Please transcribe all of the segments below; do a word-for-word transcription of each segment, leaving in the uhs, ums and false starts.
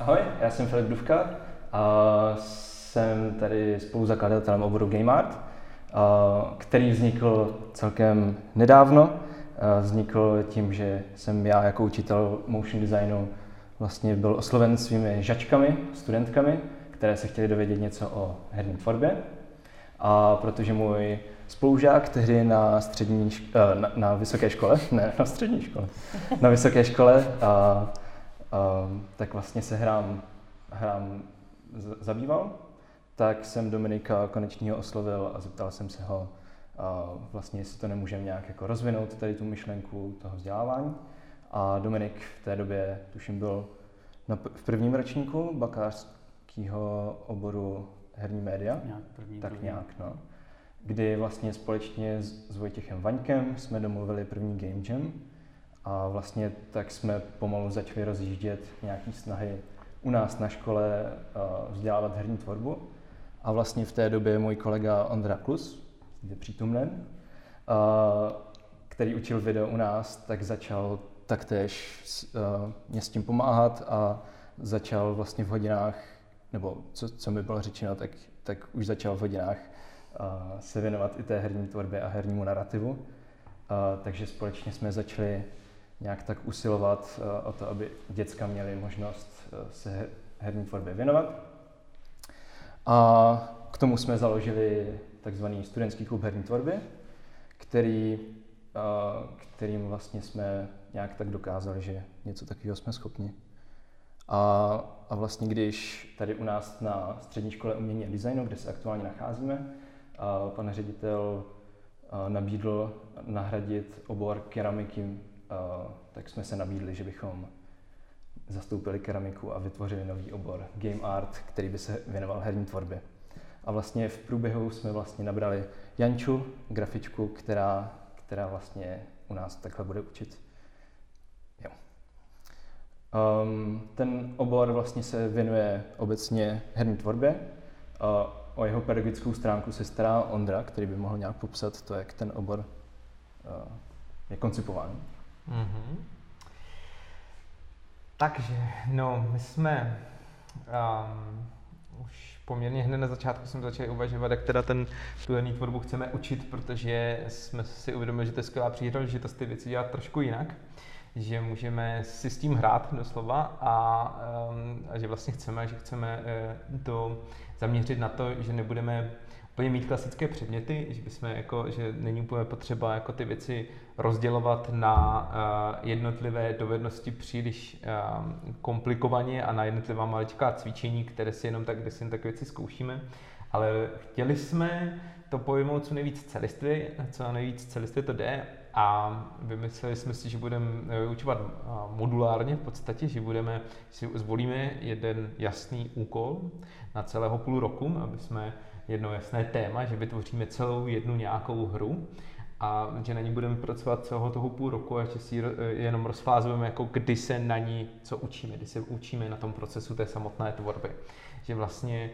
Ahoj, já jsem Filip Dufka a jsem tady spoluzakladatelem oboru Game Art, který vznikl celkem nedávno. Vznikl tím, že jsem já jako učitel motion designu vlastně byl osloven svými žačkami, studentkami, které se chtěli dovědět něco o herní tvorbě. A protože můj spolužák tehdy na střední, na, na vysoké škole, ne na střední škole, na vysoké škole, a, a, tak vlastně se hrám, hrám zabýval, tak jsem Dominika Konečního oslovil a zeptal jsem se ho, a vlastně jestli to nemůžeme nějak jako rozvinout, tady tu myšlenku toho vzdělávání. A Dominik v té době, tuším, byl na, v prvním ročníku bakalářského oboru herní média, nějak první, tak první. nějak, no. Kdy vlastně společně s, s Vojtěchem Vaňkem jsme domluvili první Game Jam a vlastně tak jsme pomalu začali rozjíždět nějaký snahy u nás na škole uh, vzdělávat herní tvorbu. A vlastně v té době můj kolega Ondra Klus, zde přítomen, uh, který učil video u nás, tak začal taktéž uh, mě s tím pomáhat a začal vlastně v hodinách, nebo co, co mi bylo řečeno, tak, tak už začal v hodinách uh, se věnovat i té herní tvorbě a hernímu narrativu. Uh, takže společně jsme začali nějak tak usilovat uh, o to, aby děcka měly možnost uh, se her, herní tvorbě věnovat. A k tomu jsme založili takzvaný studentský klub herní tvorby, který, uh, kterým vlastně jsme nějak tak dokázali, že něco takového jsme schopni. A, a vlastně když tady u nás na střední škole umění a designu, kde se aktuálně nacházíme, a pan ředitel a, nabídl nahradit obor keramiky, a, tak jsme se nabídli, že bychom zastoupili keramiku a vytvořili nový obor Game Art, který by se věnoval herní tvorbě. A vlastně v průběhu jsme vlastně nabrali Janču, grafičku, která, která vlastně u nás takhle bude učit. Jo. Um, ten obor vlastně se věnuje obecně herní tvorbě. Uh, o jeho pedagogickou stránku se stará Ondra, který by mohl nějak popsat to, jak ten obor uh, je koncipován. Mm-hmm. Takže, no, my jsme um, už poměrně hned na začátku jsme začali uvažovat, jak teda ten, tu herní tvorbu chceme učit, protože jsme si uvědomili, že to je skvělá příležitost ty věci dělat trošku jinak, že můžeme si s tím hrát doslova a, um, a že vlastně chceme, že chceme uh, to zaměřit na to, že nebudeme úplně mít klasické předměty, že bychom jako, že není úplně potřeba jako ty věci rozdělovat na uh, jednotlivé dovednosti příliš uh, komplikovaně a na jednotlivá maličká cvičení, které si jenom tak, kde si jen tak věci zkoušíme, ale chtěli jsme to pojmout co nejvíc celistvě, co nejvíc celistvě to jde a vymysleli jsme si, že budeme vyučovat modulárně v podstatě, že budeme, si zvolíme jeden jasný úkol na celého půl roku, aby jsme jedno jasné téma, že vytvoříme celou jednu nějakou hru a že na ní budeme pracovat celého toho půl roku a že si jenom rozfázujeme, jako kdy se na ní co učíme, kdy se učíme na tom procesu té samotné tvorby. Že vlastně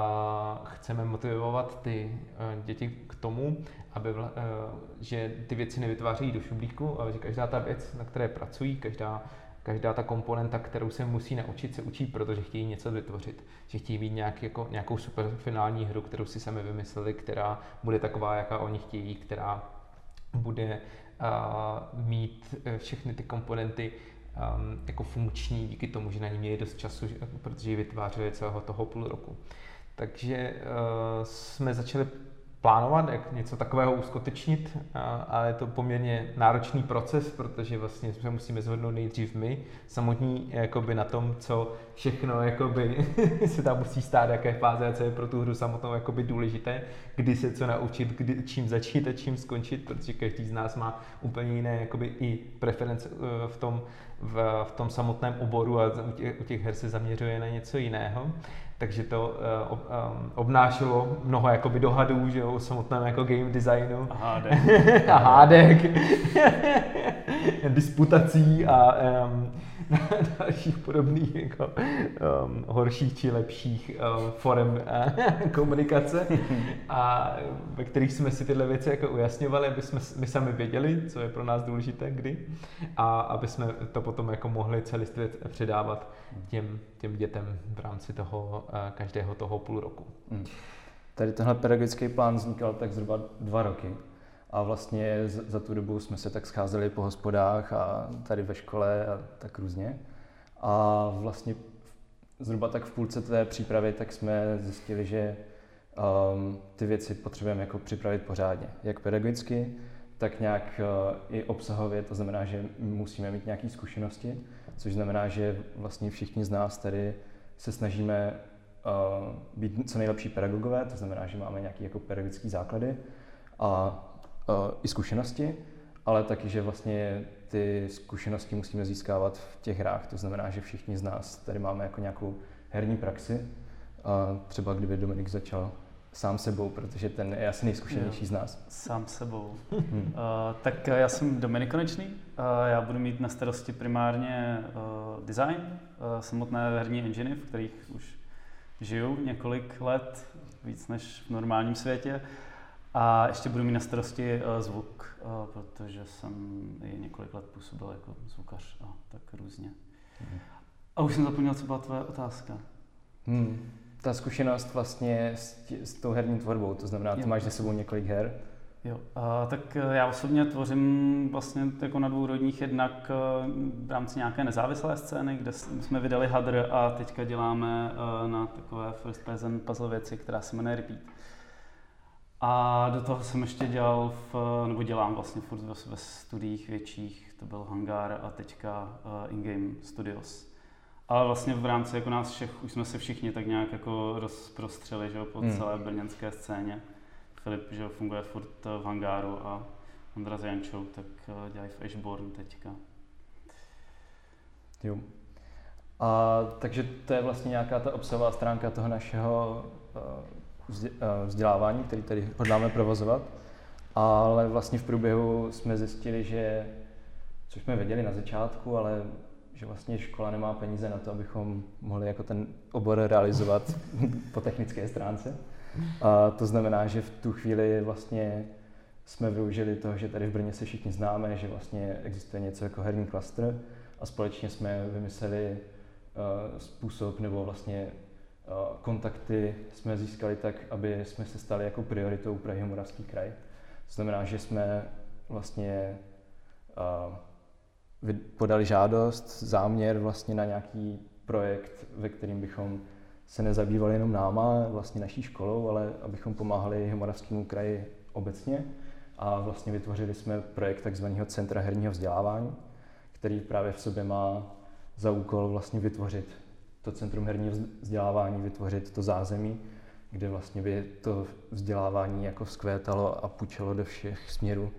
a chceme motivovat ty děti k tomu, aby vla, že ty věci nevytvářejí do šuplíku, ale že každá ta věc, na které pracují, každá Každá ta komponenta, kterou se musí naučit, se učí, protože chtějí něco vytvořit. Že chtějí mít nějak, jako, nějakou super finální hru, kterou si sami vymysleli, která bude taková, jaká oni chtějí, která bude uh, mít všechny ty komponenty um, jako funkční díky tomu, že na ní měli dost času, protože ji vytvářeli celého toho půl roku. Takže uh, jsme začali plánovat, jak něco takového uskutečnit, ale je to poměrně náročný proces, protože vlastně se musíme shodnout nejdřív my, samotní jakoby na tom, co všechno jakoby se tam musí stát, jaké fáze a co je pro tu hru samotnou jakoby důležité, kdy se co naučit, kdy, čím začít a čím skončit, protože každý z nás má úplně jiné jakoby i preference v tom, v, v tom samotném oboru a u těch, u těch her se zaměřuje na něco jiného. Takže to uh, ob, um, obnášelo mnoho jakoby dohadů, že jo, o samotném jako game designu. A hádek. a hádek. Disputací a um, dalších podobných jako, um, horších či lepších um, forem uh, komunikace, a ve kterých jsme si tyhle věci jako ujasňovali, aby jsme my sami věděli, co je pro nás důležité kdy, a aby jsme to potom jako mohli celistvě předávat těm, těm dětem v rámci toho uh, každého toho půl roku. Hmm. Tady tenhle pedagogický plán vznikal tak zhruba dva roky. A vlastně za tu dobu jsme se tak scházeli po hospodách a tady ve škole a tak různě. A vlastně zhruba tak v půlce té přípravy tak jsme zjistili, že um, ty věci potřebujeme jako připravit pořádně. Jak pedagogicky, tak nějak uh, i obsahově, to znamená, že musíme mít nějaké zkušenosti, což znamená, že vlastně všichni z nás tady se snažíme uh, být co nejlepší pedagogové, to znamená, že máme nějaké jako pedagogické základy a Uh, i zkušenosti, ale taky, že vlastně ty zkušenosti musíme získávat v těch hrách. To znamená, že všichni z nás tady máme jako nějakou herní praxi. Uh, třeba kdyby Dominik začal sám sebou, protože ten je asi nejzkušenější z nás. Sám sebou. Hmm. Uh, tak já jsem Dominik Konečný. Uh, já budu mít na starosti primárně uh, design, uh, samotné herní enginy, v kterých už žiju několik let, víc než v normálním světě. A ještě budu mít na starosti uh, zvuk, uh, protože jsem i několik let působil jako zvukař a tak různě. Hmm. A už jsem zapomněl, co byla tvoje otázka. Hmm. Ta zkušenost vlastně s, tí, s tou herní tvorbou, to znamená, ty jo. máš za sebou několik her. Jo, uh, tak já osobně tvořím vlastně jako na dvou rodních, jednak uh, v rámci nějaké nezávislé scény, kde jsme vydali hadr a teďka děláme uh, na takové first person puzzle věci, která se jmenuje Repeat. A do toho jsem ještě dělal, v, nebo dělám vlastně furt ve, ve studiích větších, to byl Hangár a teďka uh, In-Game Studios. Ale vlastně v rámci jako nás všech, už jsme se všichni tak nějak jako rozprostřeli, že, po hmm. celé brněnské scéně. Filip, že funguje furt v Hangáru a Ondra s Jančou, tak uh, dělají v Ashborn teďka. Jo. A takže to je vlastně nějaká ta obsahová stránka toho našeho uh, vzdělávání, který tady hodláme provozovat, ale vlastně v průběhu jsme zjistili, že, což jsme věděli na začátku, ale že vlastně škola nemá peníze na to, abychom mohli jako ten obor realizovat po technické stránce. A to znamená, že v tu chvíli vlastně jsme využili toho, že tady v Brně se všichni známe, že vlastně existuje něco jako herní klastr a společně jsme vymysleli uh, způsob nebo vlastně kontakty jsme získali tak, aby jsme se stali jako prioritou pro Jihomoravský kraj. To znamená, že jsme vlastně uh, podali žádost, záměr vlastně na nějaký projekt, ve kterým bychom se nezabývali jenom náma, vlastně naší školou, ale abychom pomáhali Jihomoravskému kraji obecně. A vlastně vytvořili jsme projekt takzvaného Centra herního vzdělávání, který právě v sobě má za úkol vlastně vytvořit to centrum herního vzdělávání, vytvořit to zázemí, kde vlastně by to vzdělávání jako vzkvétalo a půjčilo do všech směrů,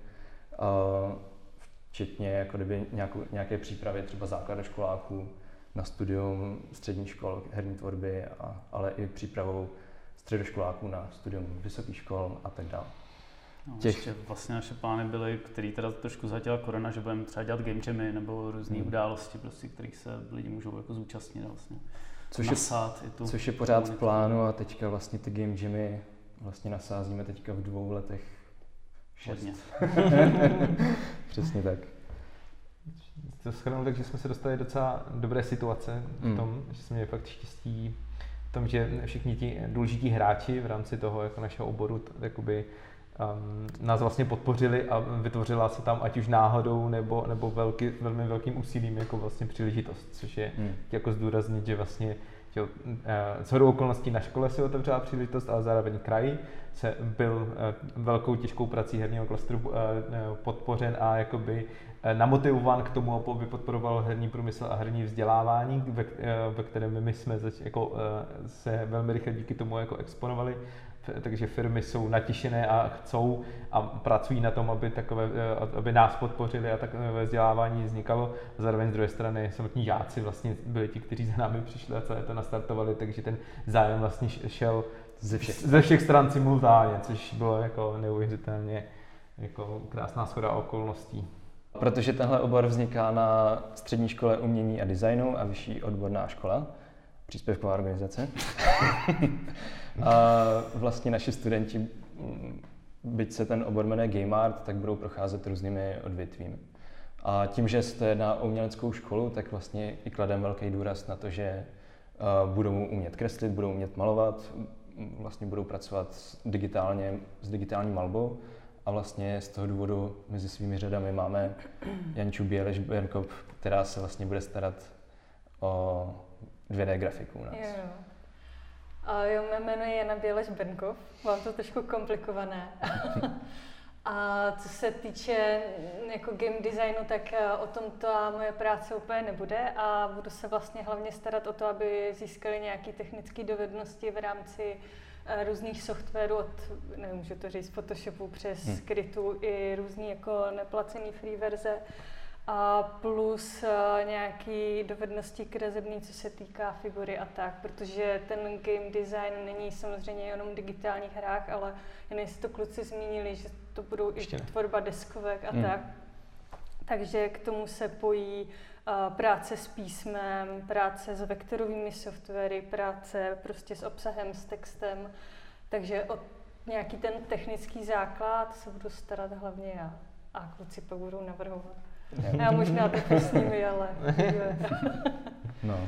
včetně jako kdyby nějakou, nějaké přípravy třeba základoškoláků na studium středních škol herní tvorby, a, ale i přípravou středoškoláků na studium vysokých škol a tak dále. No, Těch... Ještě vlastně naše plány byly, který teda trošku zahatila korona, že budeme třeba dělat game jamy nebo různé hmm. události, prostě, kterých se lidi můžou jako zúčastnit vlastně. Což je, tu což je pořád v plánu a teďka vlastně ty game jamy vlastně nasázíme teďka v dvou letech šest. Přesně tak. To shrnul, takže jsme se dostali do docela dobré situace v tom, hmm. že jsme měli fakt štěstí v tom, že všichni ti důležití hráči v rámci toho jako našeho oboru jakoby Um, nás vlastně podpořili a vytvořila se tam ať už náhodou nebo, nebo velký, velmi velkým úsilím jako vlastně příležitost, což je hmm. jako zdůraznit, že vlastně že, uh, shodou okolností na škole se otevřela příležitost, ale zároveň kraj se byl uh, velkou těžkou prací herního klastru uh, podpořen a jakoby uh, namotivován k tomu, aby podporoval herní průmysl a herní vzdělávání, ve, uh, ve kterém my jsme zač- jako, uh, se velmi rychle díky tomu jako exponovali. Takže firmy jsou natěšené a chcou a pracují na tom, aby, takové, aby nás podpořili a takové vzdělávání vznikalo. Zároveň z druhé strany samotní žáci vlastně byli ti, kteří za námi přišli a celé to nastartovali, takže ten zájem vlastně šel ze všech, ze všech stran simultánně, což bylo jako neuvěřitelně jako krásná shoda okolností. Protože tenhle obor vzniká na střední škole umění a designu a vyšší odborná škola, příspěvková organizace. A vlastně naši studenti, byť se ten obor jmenuje Game Art, tak budou procházet různými odvětvími. A tím, že jste na uměleckou školu, tak vlastně i klademe velký důraz na to, že uh, budou umět kreslit, budou umět malovat, vlastně budou pracovat digitálně, s digitální malbou. A vlastně z toho důvodu mezi svými řadami máme Janču Běleš-Bernkop, která se vlastně bude starat o dvě dé grafiku u nás. Jo. A jo, mé jméno je Jana Běleš-Bernkop, mám to trošku komplikované. A co se týče jako game designu, tak o tom ta moje práce úplně nebude a budu se vlastně hlavně starat o to, aby získali nějaké technické dovednosti v rámci různých softwarů od, nemůžu to říct, Photoshopu přes hmm. Skritu i různý jako neplacený free verze a plus uh, nějaký dovednosti kresebný, co se týká figury a tak, protože ten game design není samozřejmě jenom v digitálních hrách, ale jen si to kluci zmínili, že to budou Ještě i tvorba deskovek a hmm. tak. Takže k tomu se pojí uh, práce s písmem, práce s vektorovými softwary, práce prostě s obsahem, s textem. Takže o nějaký ten technický základ se budu starat hlavně já. A kluci pak budou navrhovat. Já možná taky s nimi, ale... no.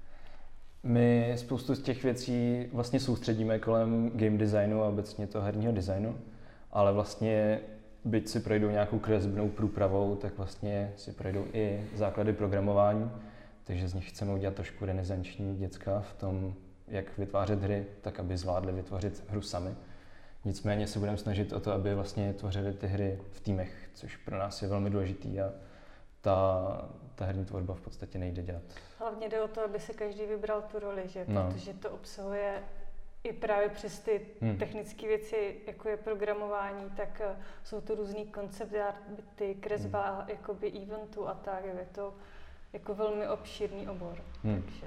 My spoustu z těch věcí vlastně soustředíme kolem game designu a obecně toho herního designu, ale vlastně byť si projdou nějakou kresebnou průpravou, tak vlastně si projdou i základy programování, takže z nich chceme udělat trošku renesanční děcka v tom, jak vytvářet hry, tak aby zvládli vytvořit hru sami. Nicméně se budeme snažit o to, aby vlastně tvořili ty hry v týmech, což pro nás je velmi důležitý a ta, ta herní tvorba v podstatě nejde dělat. Hlavně jde o to, aby se každý vybral tu roli, že? No. Protože to obsahuje i právě přes ty hmm. technické věci, jako je programování, tak uh, jsou to různý koncepty, ty kresba, hmm. jakoby eventu a tak, je to jako velmi obšírný obor, hmm. takže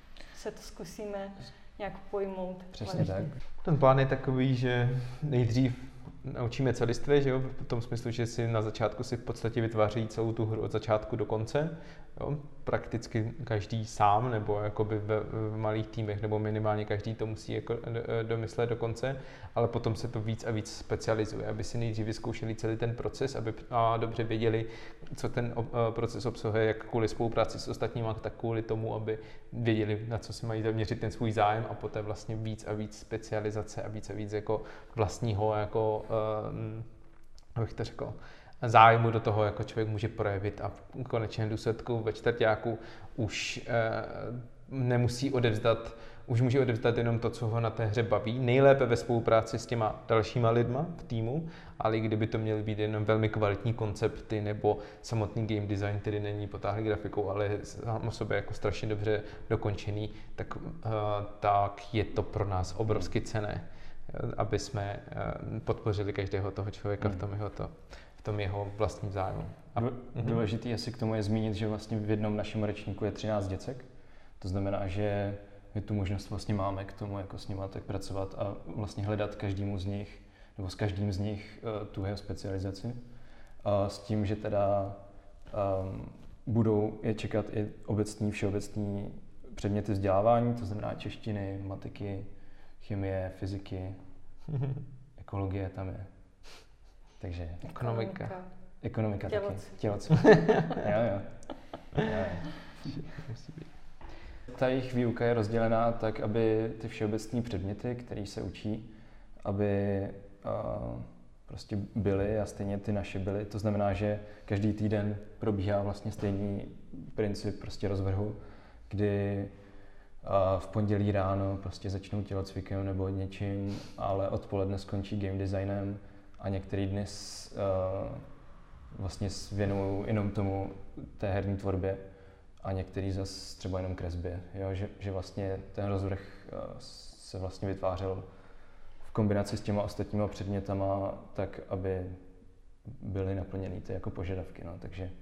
se to zkusíme nějak pojmout. Přesně tak. Ten plán je takový, že nejdřív naučíme celistvě, že jo, v tom smyslu, že si na začátku si v podstatě vytváří celou tu hru od začátku do konce, jo, prakticky každý sám, nebo jakoby v, v malých týmech, nebo minimálně každý to musí jako domyslet do konce, ale potom se to víc a víc specializuje, aby si nejdřív vyzkoušeli celý ten proces, aby a dobře věděli, co ten proces obsahuje, jak kvůli spolupráci s ostatními, tak kvůli tomu, aby věděli, na co si mají zaměřit ten svůj zájem a poté vlastně víc a víc specializace a víc a víc jako vlastního jako Uh, abych to řekl, zájmu do toho, jako člověk může projevit a v konečném důsledku ve čtvrťáku už uh, nemusí odevzdat, už může odevzdat jenom to, co ho na té hře baví, nejlépe ve spolupráci s těma dalšíma lidma v týmu, ale i kdyby to měly být jenom velmi kvalitní koncepty nebo samotný game design, který není potáhlý grafikou, ale sám o sobě jako strašně dobře dokončený, tak, uh, tak je to pro nás obrovsky cenné, aby jsme podpořili každého toho člověka hmm. v tom jeho, to, v tom jeho vlastním zájmu. A důležitý asi k tomu je zmínit, že vlastně v jednom našem ročníku je třináct děcek. To znamená, že my tu možnost vlastně máme k tomu, jako s nimi tak pracovat a vlastně hledat každému z nich, nebo s každým z nich tu jeho specializaci. A s tím, že teda um, budou je čekat i obecní, všeobecní předměty vzdělávání, to znamená češtiny, matiky, chemie, fyziky, ekologie tam je. Takže ekonomika. Ekonomika Těloc. taky. Těloc. jo, jo. jo, jo. Ta jejich výuka je rozdělená tak, aby ty všeobecné předměty, které se učí, aby uh, prostě byly a stejně ty naše byly. To znamená, že každý týden probíhá vlastně stejný princip prostě rozvrhu, kdy a v pondělí ráno prostě začnou tělocvikem nebo něčím, ale odpoledne skončí game designem a některý dny s, uh, vlastně věnují jenom tomu té herní tvorbě a některý zase třeba jenom kresbě. Jo? Že, že vlastně ten rozvrh uh, se vlastně vytvářel v kombinaci s těma ostatníma předmětama tak, aby byly naplněny ty jako požadavky. No? Takže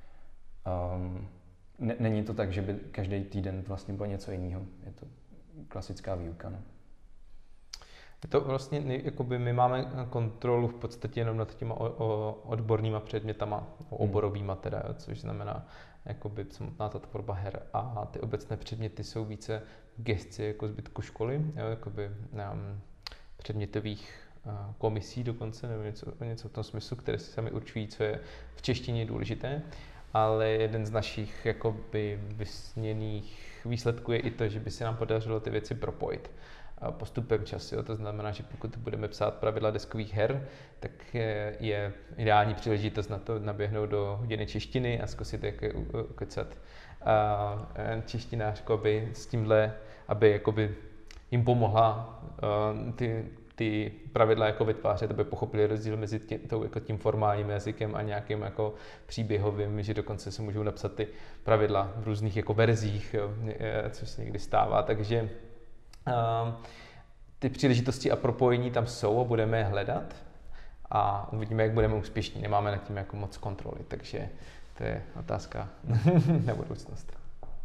um, není to tak, že by každý týden vlastně bylo něco jiného. Je to klasická výuka. Ne? To vlastně, jakoby my máme kontrolu v podstatě jenom nad těma o, o odbornýma předmětama, oborovýma teda, což znamená jakoby samotná ta tvorba her a ty obecné předměty jsou více v gesci jako zbytku školy, jo, jakoby um, předmětových uh, komisí dokonce, nebo něco, něco v tom smyslu, které si sami určují, co je v češtině důležité, ale jeden z našich jakoby vysněných výsledků je i to, že by se nám podařilo ty věci propojit postupem času. To znamená, že pokud budeme psát pravidla deskových her, tak je, je ideální příležitost na to naběhnout do hodiny češtiny a zkusit jak kecat češtinářku, aby s tímhle, aby jakoby jim pomohla uh, ty, ty pravidla jako vytvářet, aby pochopili rozdíl mezi tím, tou, jako tím formálním jazykem a nějakým jako příběhovým, že dokonce se můžou napsat ty pravidla v různých jako verzích, jo, což se někdy stává, takže Uh, ty příležitosti a propojení tam jsou a budeme je hledat a uvidíme, jak budeme úspěšní. Nemáme nad tím jako moc kontroly, takže to je otázka na budoucnost.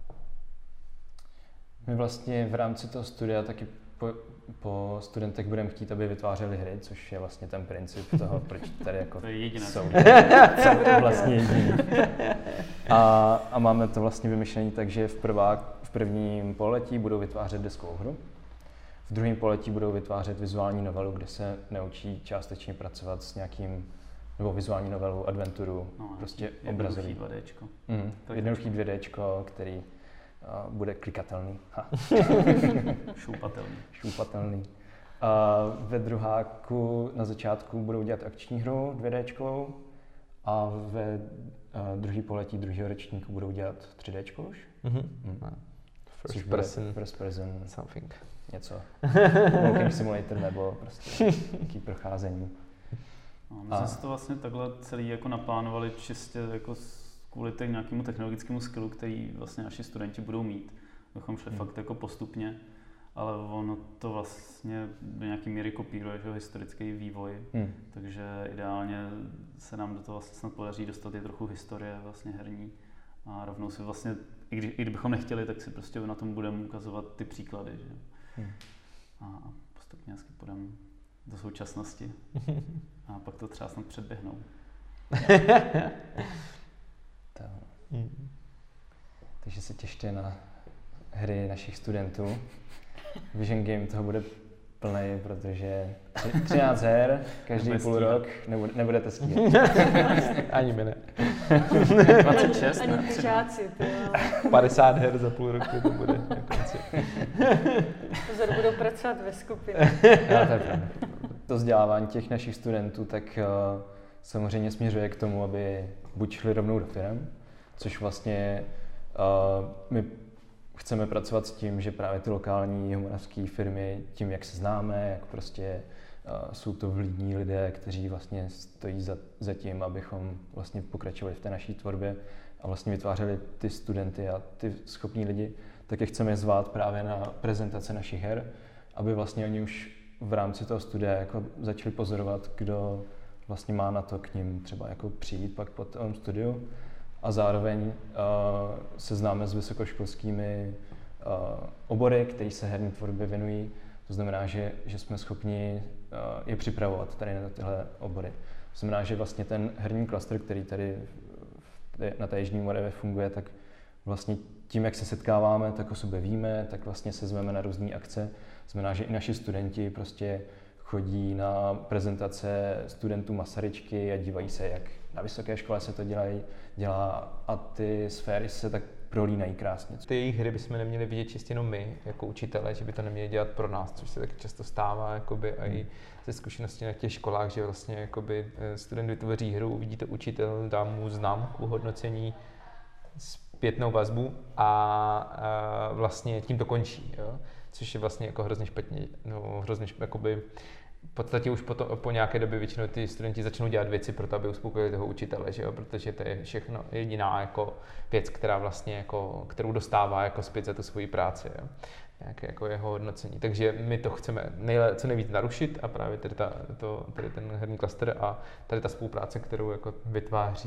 My vlastně v rámci toho studia taky po, po studentech budeme chtít, aby vytvářeli hry, což je vlastně ten princip toho, proč tady jako to je jediné. jsou. To vlastně jediný. A, a máme to vlastně vymyšlené tak, že v, prvá, v prvním pololetí budou vytvářet deskovou hru, v druhém pololetí budou vytvářet vizuální novelu, kde se naučí částečně pracovat s nějakým, nebo vizuální novelu, adventuru, no, prostě obrazový. Jednoduchý dva déčko. Mm, jednoduchý dva déčko, který uh, bude klikatelný. Šoupatelný. Šoupatelný. A ve druháku na začátku budou dělat akční hru dva déčkovou a ve uh, druhý poletí druhého ročníku budou dělat tři déčko už. Mm-hmm. Mm. First person. First person. Something. Něco. Walking simulator nebo prostě nějaký procházení. No, my jsme si to vlastně takhle celý jako naplánovali čistě jako kvůli té nějakému technologickému skillu, který vlastně naši studenti budou mít. Bychom šli hmm. fakt jako postupně, ale ono to vlastně do nějaké míry kopíruje, že, historický vývoj, hmm. takže ideálně se nám do toho vlastně snad podaří dostat i trochu historie vlastně herní a rovnou si vlastně, i, kdy, i kdybychom nechtěli, tak si prostě na tom budeme ukazovat ty příklady, že? Hmm. A postupně hezky půjdeme do současnosti a pak to třeba snad předběhnou. hmm. Takže se těšte na hry našich studentů. Vision Game toho bude plnej, protože třináct her, každý půl rok nebude, nebudete stíhat. Ani my ne. dvacet šest, ani ty žáci, ty jo. padesát her za půl roku to bude na konci. Pozor, budou pracovat ve skupině. Já, to je pravda. To vzdělávání těch našich studentů tak uh, samozřejmě směřuje k tomu, aby buď šli rovnou do firem, což vlastně uh, my chceme pracovat s tím, že právě ty lokální jihomoravské firmy, tím, jak se známe, jak prostě uh, jsou to vlídní lidé, kteří vlastně stojí za, za tím, abychom vlastně pokračovali v té naší tvorbě a vlastně vytvářeli ty studenty a ty schopní lidi, tak je chceme zvát právě na prezentace našich her, aby vlastně oni už v rámci toho studia jako začali pozorovat, kdo vlastně má na to k ním třeba jako přijít pak po tom studiu. A zároveň uh, se známe s vysokoškolskými uh, obory, které se herní tvorbě věnují. To znamená, že, že jsme schopni uh, je připravovat tady na tyhle obory. To znamená, že vlastně ten herní klaster, který tady na té Jižní Moravě funguje, tak vlastně tím, jak se setkáváme, tak o sobě víme, tak vlastně se zveme na různé akce. To znamená, že i naši studenti prostě chodí na prezentace studentů Masaryčky a dívají se, jak na vysoké škole se to dělají, dělá a ty sféry se tak prolínají krásně. Ty jejich hry bychom neměli vidět čistě jenom my, jako učitelé, že by to neměli dělat pro nás, což se tak často stává, jakoby, hmm. i ze zkušeností na těch školách, že vlastně jakoby, student vytvoří hru, uvidí to učitel, dá mu známku, hodnocení, zpětnou vazbu a, a vlastně tím to končí, jo? Což je vlastně jako hrozně špatně, no, hrozně špatně, jakoby, v podstatě už po, to, po nějaké době většinou ty studenti začnou dělat věci pro to, aby uspokojili toho učitele, že jo? Protože to je všechno jediná jako věc, která vlastně jako, kterou dostává jako zpět za tu svoji práci, jo? Nějaké jako jeho hodnocení. Takže my to chceme nejle, co nejvíc narušit a právě tady, ta, to, tady ten herní klaster a tady ta spolupráce, kterou jako vytváří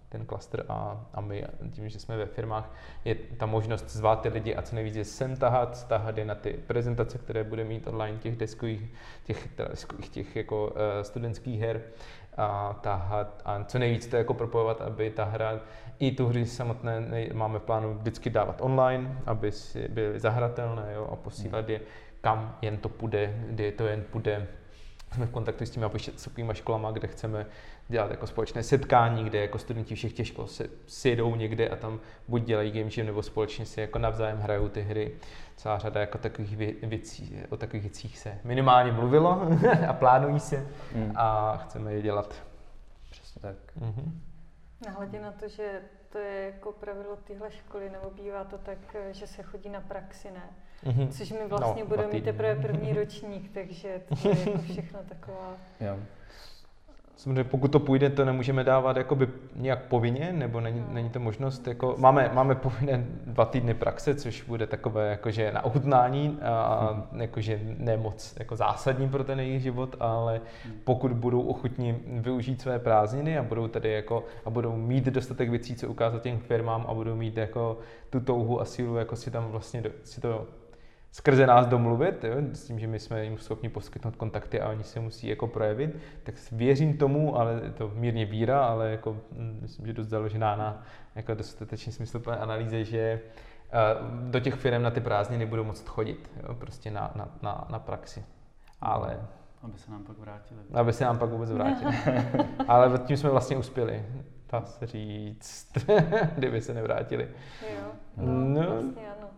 ten klaster a, a my tím, že jsme ve firmách, je ta možnost zvát ty lidi a co nejvíc je sem tahat, tahat je na ty prezentace, které bude mít online těch deskových, těch, deskových, těch jako uh, studentských her a tahat a co nejvíc to jako propojovat, aby ta hra i tu hry samotné máme v plánu vždycky dávat online, aby si byly zahratelné, jo, a posílat je kam jen to půjde, kde to jen půjde. Jsme v kontaktu s těmi vysokými školama, kde chceme dělat jako společné setkání, kde jako studenti všech těch škol se sjedou někde a tam buď dělají game jam, nebo společně si jako navzájem hrajou ty hry. Celá řada jako takových věcí, o takových věcích se minimálně mluvilo a plánují se mm. a chceme je dělat. Přesně tak. Mm-hmm. Nahledě na to, že to je jako pravidlo téhle školy, nebo bývá to tak, že se chodí na praxi, ne? Mm-hmm. Což my vlastně no, budeme mít teprve první ročník, takže to je jako všechno taková... Jo. Samozřejmě pokud to půjde, to nemůžeme dávat jakoby nějak povinně, nebo není, no. není to možnost, jako máme, máme povinné dva týdny praxe, což bude takové jakože na ochutnání a hmm. jakože ne moc jako zásadní pro ten jejich život, ale pokud budou ochotní využít své prázdniny a budou tady jako a budou mít dostatek věcí, co ukázat těm firmám a budou mít jako tu touhu a sílu, jako si tam vlastně do, si to skrze nás domluvit, jo, s tím, že my jsme jim schopni poskytnout kontakty a oni se musí jako projevit, tak věřím tomu, ale je to mírně víra, ale jako myslím, že dost založená na jako dostatečně smysluplné analýze, že uh, do těch firm na ty prázdniny budou moct chodit, jo, prostě na, na, na, na praxi. Ale... Aby se nám pak vrátili. Aby se nám pak vůbec vrátili. Ale tím jsme vlastně uspěli. Dá se říct, kdyby se nevrátili. Jo, no, no. Vlastně ano.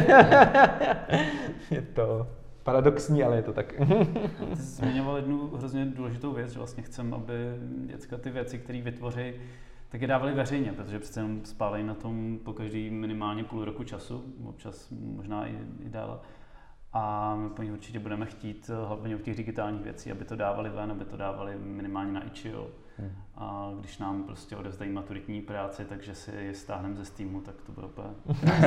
Je to paradoxní, ale je to tak. Ty jsi zmiňoval jednu hrozně důležitou věc, že vlastně chcem, aby děcka ty věci, které vytvoří, tak je dávali veřejně, protože přece jenom spálejí na tom po každý minimálně půl roku času, občas možná i, i déle. A my po nich určitě budeme chtít, hlavně u těch digitálních věcí, aby to dávali ven, aby to dávali minimálně na itch.io. Hmm. A když nám prostě odevzdají maturitní práci, takže si je stáhneme ze Steamu, tak to bude úplně...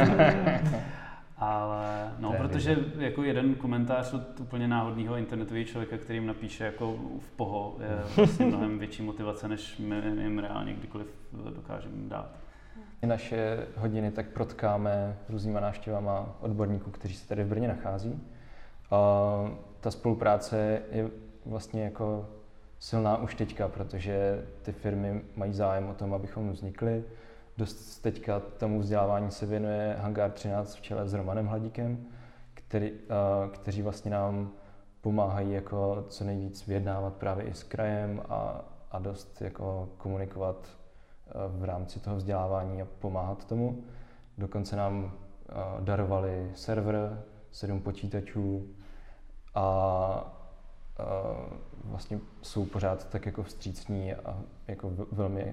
Ale no, protože jako jeden komentář od úplně náhodného internetového člověka, který jim napíše jako v poho, je vlastně mnohem větší motivace, než my jim reálně kdykoliv dokážeme dát. I naše hodiny tak protkáme různýma návštěvama odborníků, kteří se tady v Brně nachází. A ta spolupráce je vlastně jako silná už teďka, protože ty firmy mají zájem o tom, abychom vznikli. Dost teďka tomu vzdělávání se věnuje Hangar třináct v čele s Romanem Hladíkem, který, kteří vlastně nám pomáhají jako co nejvíc vyjednávat právě i s krajem a, a dost jako komunikovat v rámci toho vzdělávání a pomáhat tomu. Dokonce nám darovali server, sedm počítačů a, a vlastně jsou pořád tak jako vstřícní a jako velmi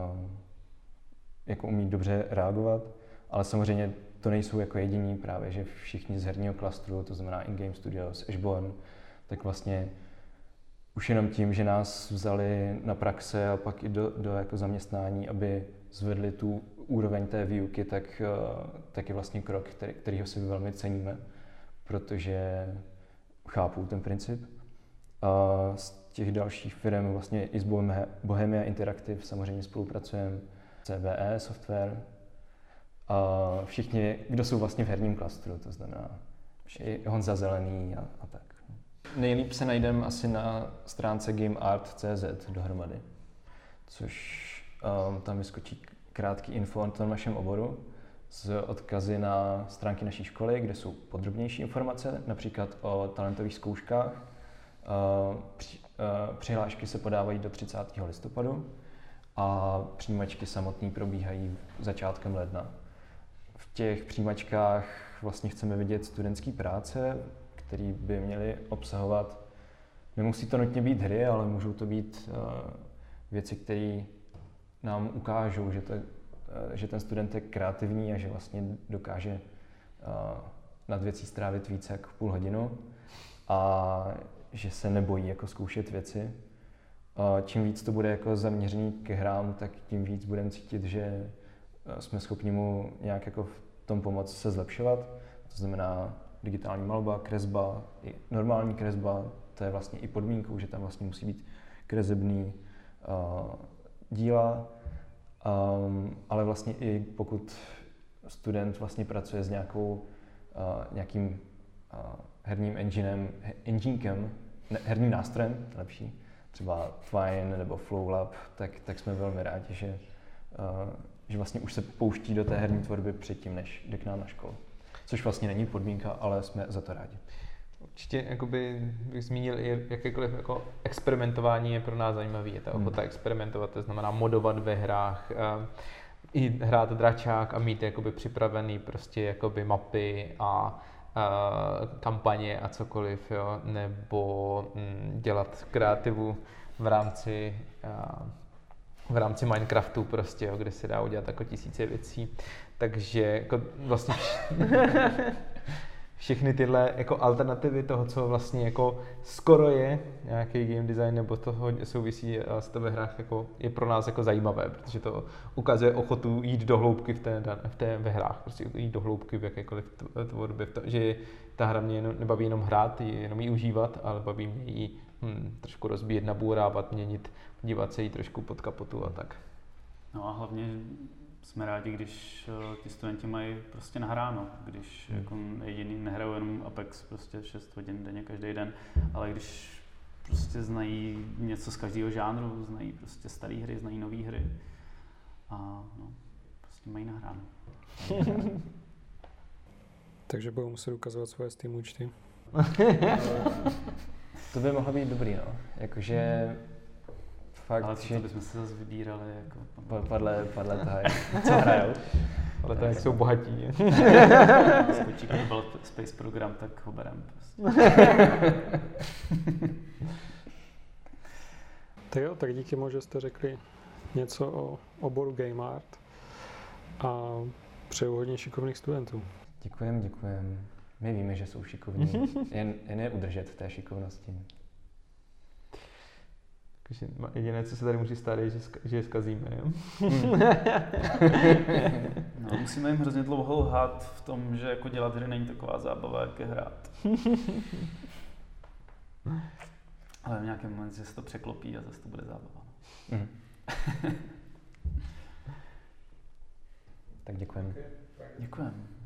jako umí dobře reagovat, ale samozřejmě to nejsou jako jediní právě, že všichni z herního klastru, to znamená In-Game Studios, Ashborn, tak vlastně už jenom tím, že nás vzali na praxe a pak i do, do jako zaměstnání, aby zvedli tu úroveň té výuky, tak, tak je vlastně krok, který, kterýho si velmi ceníme, protože chápou ten princip. A z těch dalších firm vlastně i s Bohemia Interactive samozřejmě spolupracujeme, C B E Software a všichni, kdo jsou vlastně v herním klastru, to znamená i Honza Zelený a, a tak. Nejlíp se najdeme asi na stránce gameart tečka cé zet dohromady, což um, tam vyskočí krátký info o tom našem oboru s odkazy na stránky naší školy, kde jsou podrobnější informace, například o talentových zkouškách. Uh, při, uh, přihlášky se podávají do třicátého listopadu a přijímačky samotné probíhají začátkem ledna. V těch přijímačkách vlastně chceme vidět studentské práce, které by měly obsahovat, nemusí to nutně být hry, ale můžou to být uh, věci, které nám ukážou, že, to, uh, že ten student je kreativní a že vlastně dokáže uh, nad věcí strávit více jak půl hodinu a že se nebojí jako zkoušet věci. Uh, čím víc to bude jako zaměřený ke hrám, tak tím víc budeme cítit, že uh, jsme schopni mu nějak jako v tom pomoct se zlepšovat. To znamená digitální malba, kresba, i normální kresba, to je vlastně i podmínkou, že tam vlastně musí být kresebný uh, díla Um, ale vlastně i pokud student vlastně pracuje s nějakou, uh, nějakým uh, herním enginem, enginekem, ne, herním nástrojem, lepší, třeba Twine nebo FlowLab, tak, tak jsme velmi rádi, že, uh, že vlastně už se pouští do té herní tvorby předtím, než jde k nám na školu. Což vlastně není podmínka, ale jsme za to rádi. Určitě jakoby, bych zmínil, i jakékoliv jako experimentování je pro nás zajímavý. Je ta ochota hmm. experimentovat, to znamená modovat ve hrách, uh, i hrát dračák a mít jakoby připravený prostě jakoby mapy a uh, kampaně a cokoliv, jo? Nebo mm, dělat kreativu v rámci uh, v rámci Minecraftu prostě, jo, kde se dá udělat jako tisíce věcí. Takže jako vlastně všechny tyhle jako alternativy toho, co vlastně jako skoro je nějaký game design nebo toho souvisí s to ve hrách, jako je pro nás jako zajímavé, protože to ukazuje ochotu jít do hloubky v té, v té ve hrách, prostě jít do hloubky v jakékoliv tvorbě, že ta hra mě jenom, nebaví jenom hrát, jenom ji užívat, ale baví mě ji hm, trošku rozbíjet, nabourávat, měnit, dívat se jí trošku pod kapotu a tak. No a hlavně jsme rádi, když uh, ti studenti mají prostě nahráno, když hmm. jako jediný nehrajou jenom Apex prostě šest hodin denně každý den, ale když prostě znají něco z každého žánru, znají prostě staré hry, znají nové hry a no, prostě mají nahráno. Takže budou muset ukazovat svoje Steam účty. To by mohlo být dobrý, no. Jakože fakt, ale to, to bychom se zase vybírali jako... Podle, podle toho, co hrajou. Ale to, jak jsou bohatí. Skočí, když byl space program, tak ho berem prostě. Tak jo, tak díky moc, že jste řekli něco o oboru Game Art a přeju hodně šikovných studentů. Děkujem, děkujem. My víme, že jsou šikovní, jen, jen je udržet v té šikovnosti. Takže jediné, co se tady může stát, je, že, že je zkazíme, jo? No, musíme jim hrozně dlouho lhát v tom, že jako dělat hry není taková zábava, jak je hrát. Ale v nějakém momentu se to překlopí a zase to bude zábava. Mm. Tak děkujeme. Děkujeme.